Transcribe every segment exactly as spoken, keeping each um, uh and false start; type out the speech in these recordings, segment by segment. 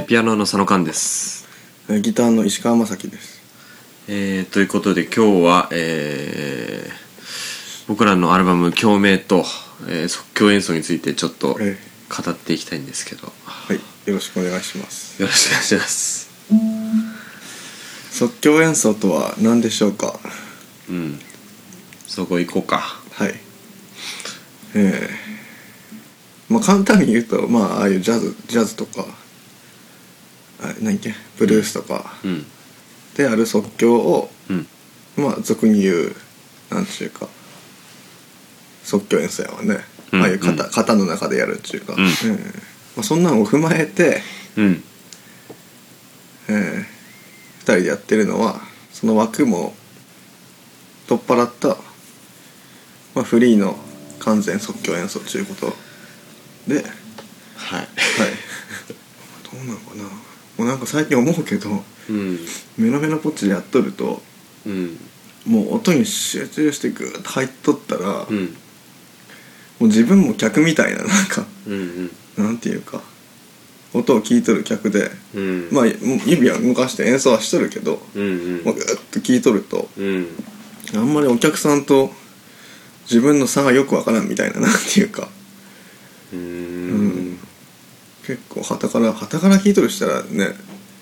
ー、ピアノの佐野寛です。 ギターの石川正樹です。 えー、ということで今日は、えー、僕らのアルバム「共鳴」と、えー、即興演奏についてちょっと語っていきたいんですけど、 はい、よろしくお願いします。 よろしくお願いします。 即興演奏とは何でしょうか。 うん、そこ行こうか。 はい。えー、まあ簡単に言うと、まあああいうジャズジャズとかあ何っけブルースとかである即興を、うん、まあ俗に言うなんていうか即興演奏やわね、うん、ああいう 型,、うん、型の中でやるっていうか、うんうん、まあ、そんなのを踏まえて、うんえー、ふたりでやってるのはその枠も取っ払った、まあ、フリーの完全即興演奏ということで、はい、はい、どうなのかな。もうなんか最近思うけど、うん、メロメロポッチでやっとると、うん、もう音に集中してグーッと入っとったら、うん、もう自分も客みたいななんか、うんうん、なんていうか音を聴いとる客で、うん、まあ指は動かして演奏はしとるけど、うんうん、もうグーッと聴いとると、うん、あんまりお客さんと自分の差がよくわからんみたいななんていうか、うーん、うん、結構旗から旗から聞いとるしたらね、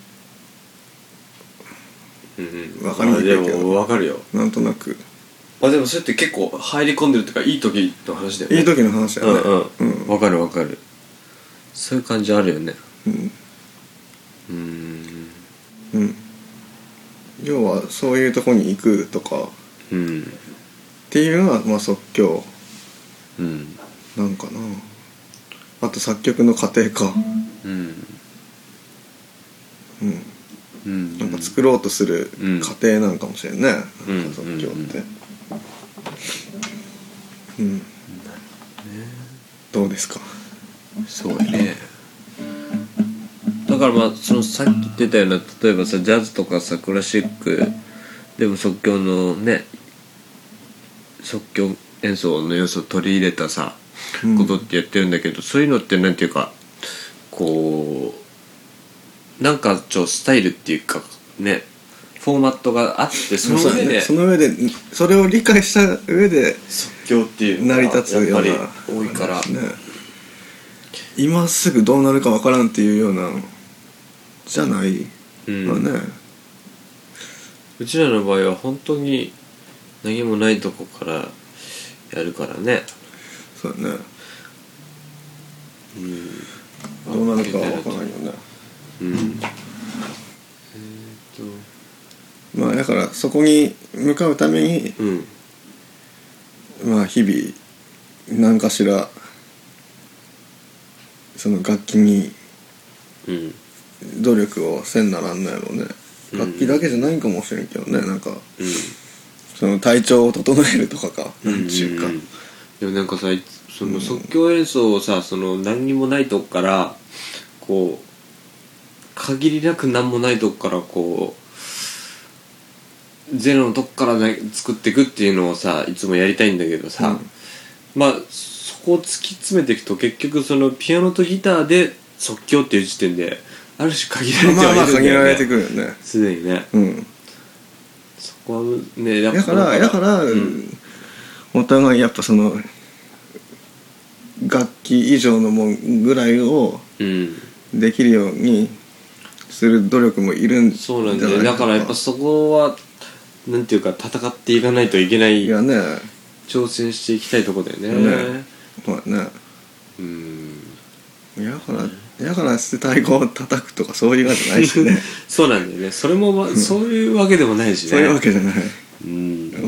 うん、分かりにくいけど、 でも分かるよ、 なんとなく。 まあでもそれって結構入り込んでるとかいい時の話だよね。 いい時の話だよね。うんうん、 うん、分かる分かる。そういう感じあるよね。うんうーんうん要はそういうとこに行くとか、うん、っていうのはまあ即興、うん、なんかな。あと作曲の過程か、うんうんうん、なんか作ろうとする過程なんかもしれんね、うん、なんか即興って、うんうんうん、どうですか。 そうね。だからまあそのさっき言ってたような、例えばさジャズとかさクラシックでも即興のね即興演奏の要素を取り入れたさ、うん、ことってやってるんだけど、そういうのってなんていうかこうなんかちょスタイルっていうかねフォーマットがあって、その上でその上でそれを理解した上で即興っていう成り立つようなやっぱり多いから、ね、 今すぐどうなるかわからんっていうようなじゃない、うん、まあね、 うちらの場合は本当に何もないとこからやるからね。 そうだね、うん、どうなるかわからないよね。うんえー、っとまあだからそこに向かうために、うん、まあ日々何かしらその楽器に努力をせんならんのやろうね、うん、楽器だけじゃないかもしれんけどね、なんか、うん、その体調を整えるとかか、なんちゅうか、うんうん、 でもなんかさその即興演奏をさその何にもないとこからこう限りなく何もないとこからこうゼロのとこから、ね、作っていくっていうのをさいつもやりたいんだけどさ、うん、まあそこを突き詰めていくと結局そのピアノとギターで即興っていう時点である種限られてはいるんだよね。まあまあ限られてくるよねすでにね、うん、そこはねやっぱだからだから、うん、お互いやっぱその楽器以上のもんぐらいをできるようにする努力もいるんじゃないかな。 そうなんだよ。だからやっぱそこはなんていうか戦っていかないといけない、いやね、挑戦していきたいとこだよね。ね、 まあね、うん。やからやから太鼓を叩くとかそういうわけじゃないしね。 そうなんだよね。それも、ま、そういうわけでもないしね。 そういうわけじゃない。うん。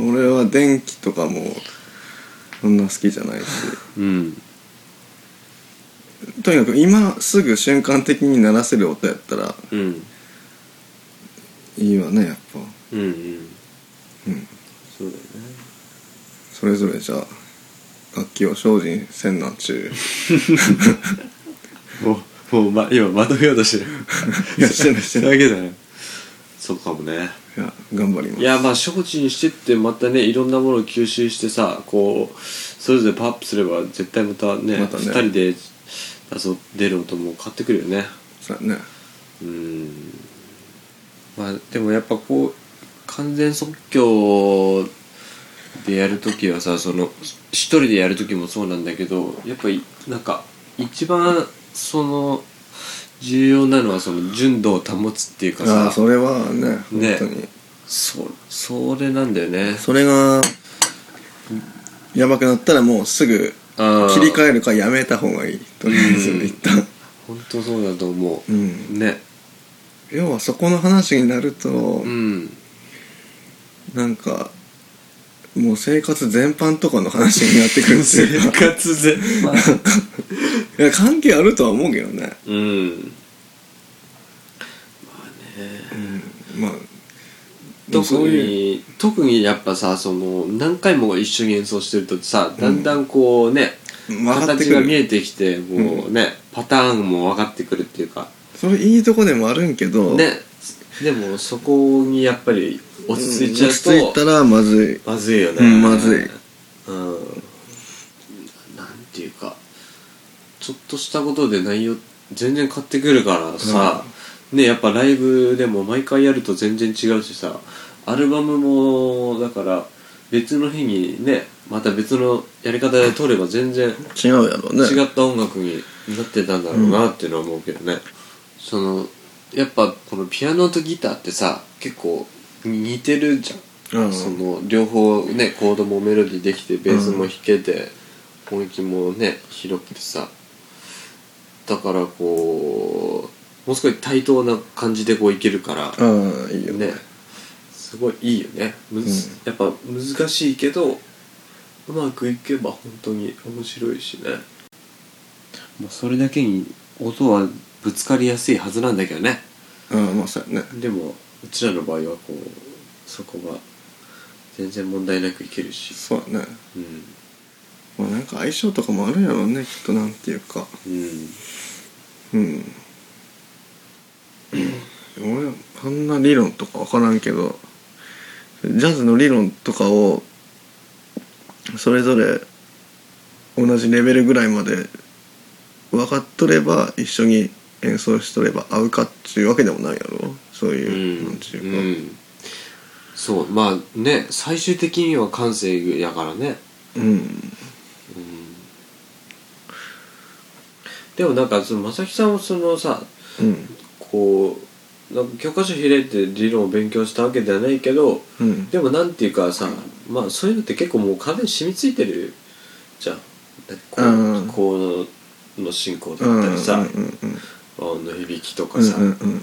俺は電気とかもそんな好きじゃないし。うん。とにかく今すぐ瞬間的に鳴らせる音やったら、うん、いいわねやっぱ。うんうん。うん。そうだよね。それぞれじゃあ楽器を精進せんなんちゅう。もうもう、ま、今まとめようとしてる。 いやしてないしてない。 だけだね。そうかもね。 いや頑張ります。 いやまあ精進してってまたねいろんなものを吸収してさこうそれぞれパワーアップすれば絶対またね、またねふたりで出る音も変わってくるよね。 そうだね。 うん。まあでもやっぱこう完全即興でやるときはさ、その一人でやるときもそうなんだけど、やっぱりなんか一番その重要なのはその純度を保つっていうかさ、 ああそれはねね本当にそそれなんだよね。 それがやばくなったらもうすぐ切り替えるかやめた方がいい、とりあえず一旦。 本当そうだと思う、 うん、 ね。 要はそこの話になると、 うん、 なんかもう生活全般とかの話になってくるっていうか生活全般いや関係あるとは思うけどね。 うん。まあね、 うん、まあ特に特にやっぱさ、その何回も一緒に演奏してるとさ、だんだんこうね、うん、形が見えてきて、こうね、うん、パターンも分かってくるっていうか、 それいいとこでもあるんけどね。でもそこにやっぱり落ち着いちゃうと、 うん、落ち着いたらまずいまずいよね、 うん、まずい、 うん、なんていうかちょっとしたことで内容全然変わってくるからさ、うん、ね、やっぱライブでも毎回やると全然違うしさ、アルバムもだから別の日にね、また別のやり方で撮れば全然違うやろうね、 違った音楽になってたんだろうなっていうのは思うけどね、うん、そのやっぱこのピアノとギターってさ結構似てるじゃん、うん、その両方ね、コードもメロディーできてベースも弾けて、うん、音域もね広くてさ、だからこうもう少し対等な感じでこういけるから、 うん、いいよね、 すごいいいよね、むず、うん、やっぱ難しいけどうまくいけば本当に面白いしね、もうそれだけに音はぶつかりやすいはずなんだけどね。 うん、まあそうやね。 でもうちらの場合はこうそこが全然問題なくいけるし、 そうやね。うん。まあなんか相性とかもあるんやろうね、きっと、なんていうか。うん。うん。俺あんな理論とか分からんけど、ジャズの理論とかをそれぞれ同じレベルぐらいまで分かっとれば一緒に演奏しとれば合うかっていうわけでもないやろ、そういう、うん、なんていうか、うん、 そうまあね、最終的には感性やからね、うん、うん、でもなんかその正木さんもそのさ、うん、こうなんか教科書開いて理論を勉強したわけではないけど、うん、でもなんていうかさ、まあそういうのって結構もう完全に染みついてるじゃん、こう、うん、こうの進行だったりさ、うんうんうんうん、の響きとかさ、うんうんうん、うん、だ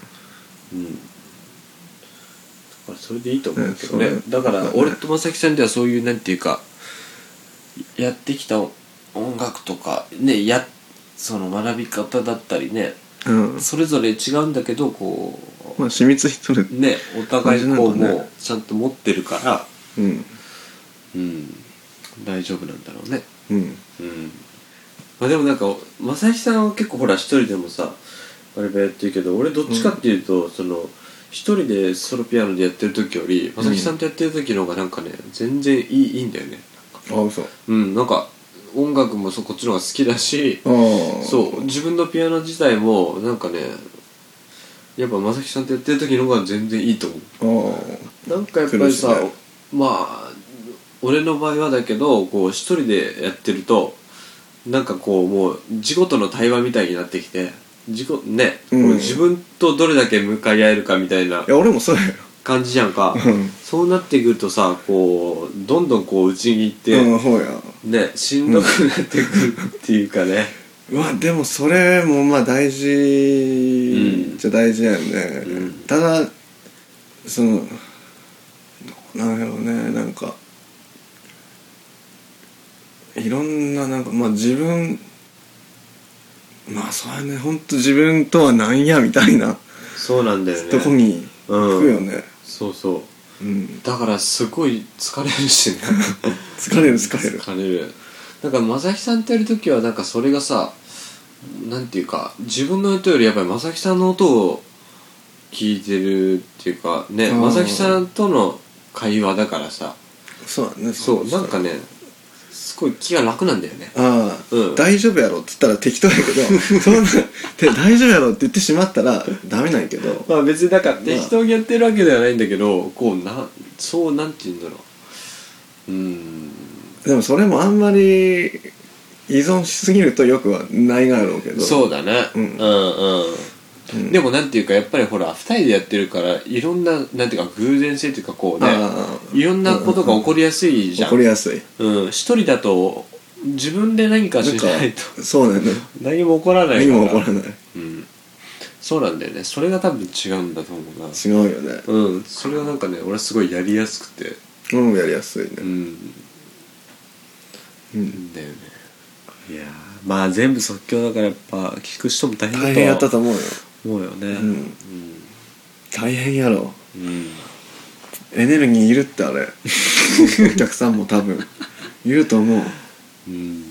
からそれでいいと思うけどね、ね、だから俺と正木さんではそういうなんていうかやってきた音楽とかね、やその学び方だったりね、うん、それぞれ違うんだけどこう、まあ、染みついとるね、お互いこう、ね、もうちゃんと持ってるから、うん、うん、大丈夫なんだろうね、うん、うん、まあ、でもなんか正木さんは結構ほら一人でもさあればやってるけど、俺どっちかっていうと、うん、その一人でソロピアノでやってる時より正木さんとやってる時の方がなんかね全然いい、いいんだよね。 あ、嘘。 うん、なんか音楽もそこっちの方が好きだし、そう自分のピアノ自体もなんかね、やっぱ正木さんとやってる時の方が全然いいと思う。なんかやっぱりさ、ね、まあ俺の場合はだけどこう一人でやってるとなんかこうもう自己との対話みたいになってきて、自己ね、うん、こう自分とどれだけ向かい合えるかみたいな、 いや俺もそうやよ感じじゃんかそうなってくるとさ、こうどんどんこう内に行って、 うん、そうやね、しんどくなってくるっていうかね、 うん、まあでもそれもまあ大事じゃ大事やよね、うん、ただそのなんやろうね、なんかいろんななんかまあ自分まあそうやね、ほんと自分とはなんやみたいな、 そうなんだよね、 とこに行くよね、うん、 そうそう、うん、だからすごい疲れるしね疲れる疲れる疲れる。だから正木さんとやるときはなんかそれがさ、なんていうか自分の音よりやっぱり正木さんの音を聞いてるっていうかね、正木さんとの会話だからさ、 そうだね、 そうなんかね、 すごい気が楽なんだよね。 ああ、 うん大丈夫やろって言ったら適当やけどそんなで大丈夫やろって言ってしまったらダメなんやけど、 まあ別にだから適当にやってるわけではないんだけど、こうなそうなんて言うんだろう、うーんでもそれもあんまり依存しすぎるとよくはないがやろうけど、 そうだね、 うんうんうんうんでもなんていうかやっぱりほらふたりでやってるからいろんななんていうか偶然性というかこうねああいろんなことが起こりやすいじゃん。 起こりやすい、 うん一人だと自分で何かしないとそうなんだよ何も起こらないから何も起こらない、 うんそうなんだよね。それが多分違うんだと思うな。 違うよね、 うんそれはなんかね俺はすごいやりやすくてうんやりやすいね、 うんうんだよね。いやーまあ全部即興だからやっぱ聞く人も大変だと大変やったと思うよ、 思うよね。 うん大変やろ、 うん、うんエネルギーいるってあれお客さんも多分いると思う、 うん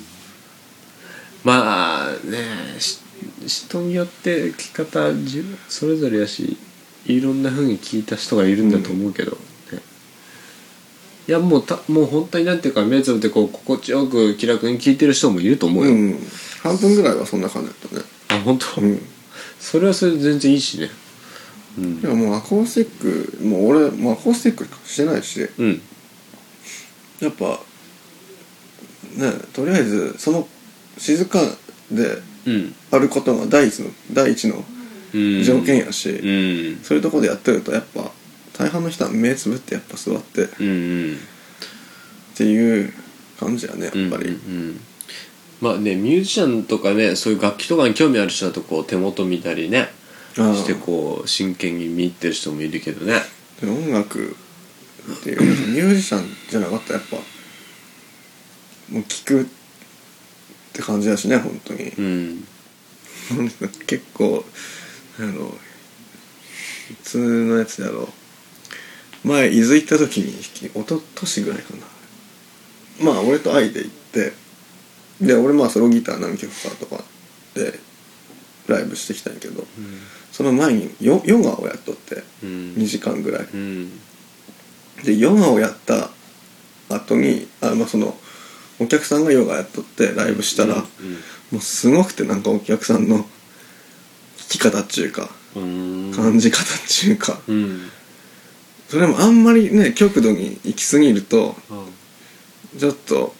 まあねし人によって聞き方じそれぞれやしいろんな風に聞いた人がいるんだと思うけど、ね、いやもうたもう本当になんていうか目つぶってこう心地よく気楽に聞いてる人もいると思うよ、 うん半分ぐらいはそんな感じだったね、 あ本当、 うんそれはそれで全然いいしね。うんでももうアコースティックもう俺もうアコースティックしてないしうんやっぱねとりあえずその静かでうんあることが第一の第一のうん条件やし、 うんそういうとこでやってるとやっぱ大半の人は目つぶってやっぱ座ってっうんうんていう感じやねやっぱり、 うんうんうんまあねミュージシャンとかねそういう楽器とかに興味ある人だとこう手元見たりねああしてこう真剣に見入ってる人もいるけどね。 で音楽っていうミュージシャンじゃなかったらやっぱもう聴くって感じだしね本当に、 うん結構あの普通のやつやろ前伊豆行った時に一昨年ぐらいかな、まあ俺と愛で行ってで俺まあソロギター何曲かとかでライブしてきたんやけど、その前にヨヨガをやっとってうんにじかんぐらいうんでヨガをやった後にあまあそのお客さんがヨガやっとってライブしたら、 うんもうすごくてなんかお客さんの弾き方っちゅうかうん感じ方っちゅうか、 うんそれもあんまりね極度に行き過ぎるとちょっと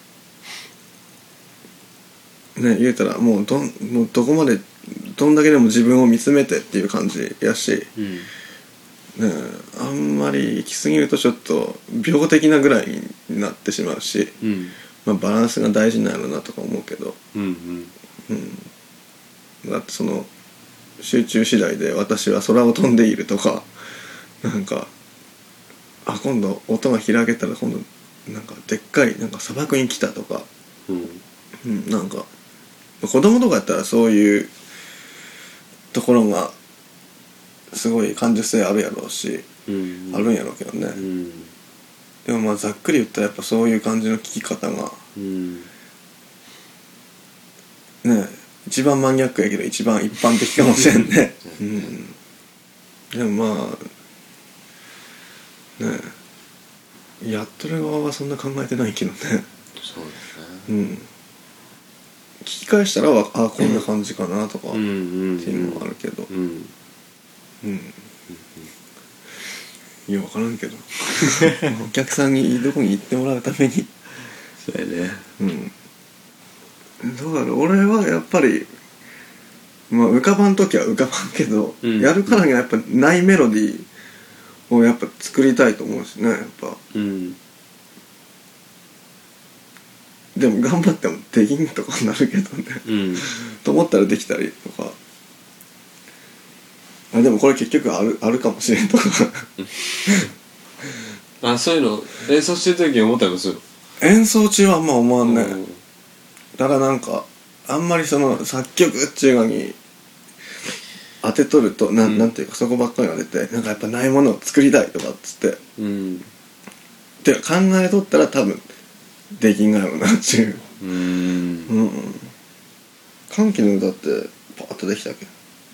ね言うたらもうどんもうどこまでどんだけでも自分を見つめてっていう感じやし、 うんね、あんまり行き過ぎるとちょっと病的なぐらいになってしまうし、 うんまあ、バランスが大事なんやろなとか思うけど、 うんうんうん、だってその集中次第で私は空を飛んでいるとかなんかあ今度音が開けたら今度なんかでっかいなんか砂漠に来たとか、 うんうん、なんか子供とかやったらそういうところがすごい感受性あるやろうし、 うんあるんやろうけどね、 うんでもまあざっくり言ったらやっぱそういう感じの聞き方がうんね一番マニアックやけど一番一般的かもしれんね、うん、でもまあねやっとる側はそんな考えてないけどね、 そううだねん、聞き返したらわあこんな感じかなとか、 うんうんっていうのもあるけど、 うんうんいや分からんけどお客さんにどこに行ってもらうためにそうやねうんどうだろう俺はやっぱりまあ浮かばん時は浮かばんけど、 うん、 やるからにはやっぱないメロディーをやっぱ作りたいと思うしねやっぱうんでも頑張ってもできんとかなるけどねうんと思ったらできたりとかあでもこれ結局あるあるかもしれんとかあそういうの演奏してる時に思ったりもする。 演奏中はあんま思わんね、 うんだからなんかあんまりその作曲っていうのに当てとるとな ん,、 うんなんていうかそこばっかりが出てなんかやっぱないものを作りたいとかっつってうんって考えとったら多分できんがやろうなっていううんうん歓喜の歌ってパーッとできたっけ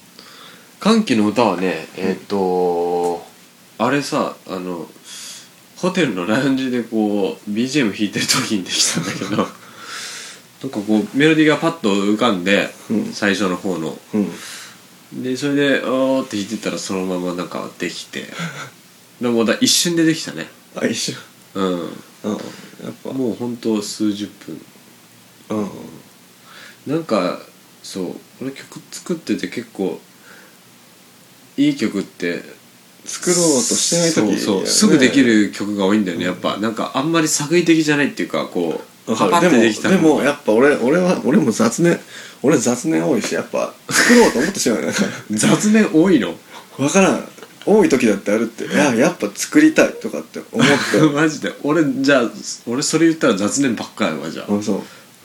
歓喜の歌はねえーっとあれさあのホテルのラウンジでこう ビージーエム 弾いてる時にできたんだけどなんかこうメロディーがパッと浮かんで、うん、最初の方の、うん、でそれでおーって弾いてたらそのままなんかできてでもだ一瞬でできたね。 あ、一瞬。うん、うん、やっぱもうほんと数十分、うん、なんかそう俺曲作ってて結構いい曲って作ろうとしてない時、 そうそう、すぐできる曲が多いんだよね、うん、やっぱなんかあんまり作為的じゃないっていうかこうパパってできたでも、でもやっぱ俺俺は俺も雑念俺雑念多いしやっぱ作ろうと思ってしまうよね雑念多いの分からん。多い時だってあるって、いややっぱ作りたいとかって思ってマジで俺じゃあ俺それ言ったら雑念ばっかやわじゃあ。あ、そう、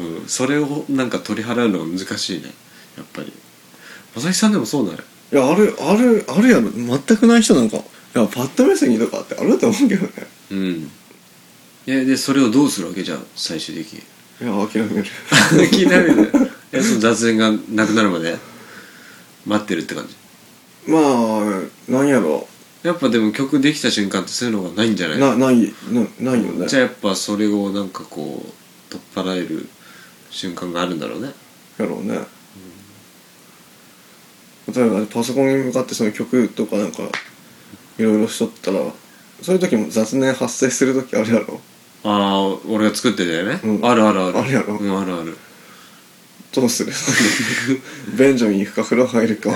うん、それをなんか取り払うのが難しいねやっぱり。まさきさんでもそうなの？ いやあるあるあるやろ。全くない人なんかいやパッと目線とかってあると思うけどね。うん。 えでそれをどうするわけじゃあ最終的に。 いや諦める諦めるえその雑念がなくなるまで待ってるって感じ。 まあなんやろやっぱでも曲できた瞬間ってそういうのがないんじゃない？ なないなないよね。 じゃあやっぱそれをなんかこう取っ払える瞬間があるんだろうね。 やろうね、うん、例えばパソコンに向かってその曲とかなんかいろいろしとったらそういう時も雑念発生する時あるやろ。 ああ俺が作ってたよね、うん、あるあるあるあるやろ、 うん、あるある。 どうする便所に行くか風呂入るか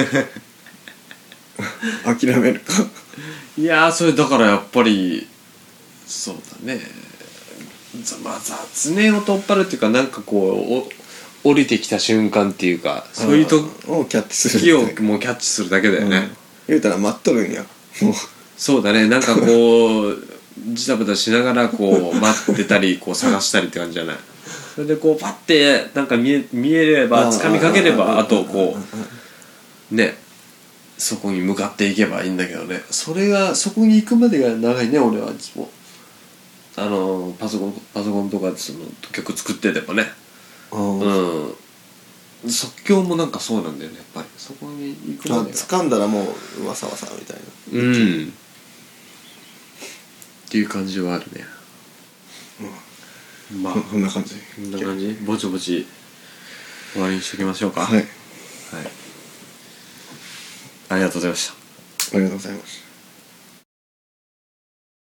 諦めるかいやーそれだからやっぱりそうだね、まあ雑念を取っ払うっていうかなんかこう降りてきた瞬間っていうかそういうとをキャッチする時をもうキャッチするだけだよね、うん、 言うたら待っとるんやもうそうだね。なんかこうジタバタしながらこう待ってたりこう探したりって感じじゃない。それでこうパッてなんか見え、見えれば掴みかければあとこうねそこに向かっていけばいいんだけどね。それがそこに行くまでが長いね俺はいつも。あのパソコンパソコンとかでその曲作っててもね、うん即興もなんかそうなんだよねやっぱり。そこに行くまでが掴んだらもうわさわさみたいなうんっていう感じはあるね、 うん、まあこんな感じこんな感じぼちぼち終わりにしときましょうか。はい、はい、ありがとうございました。 ありがとうございました。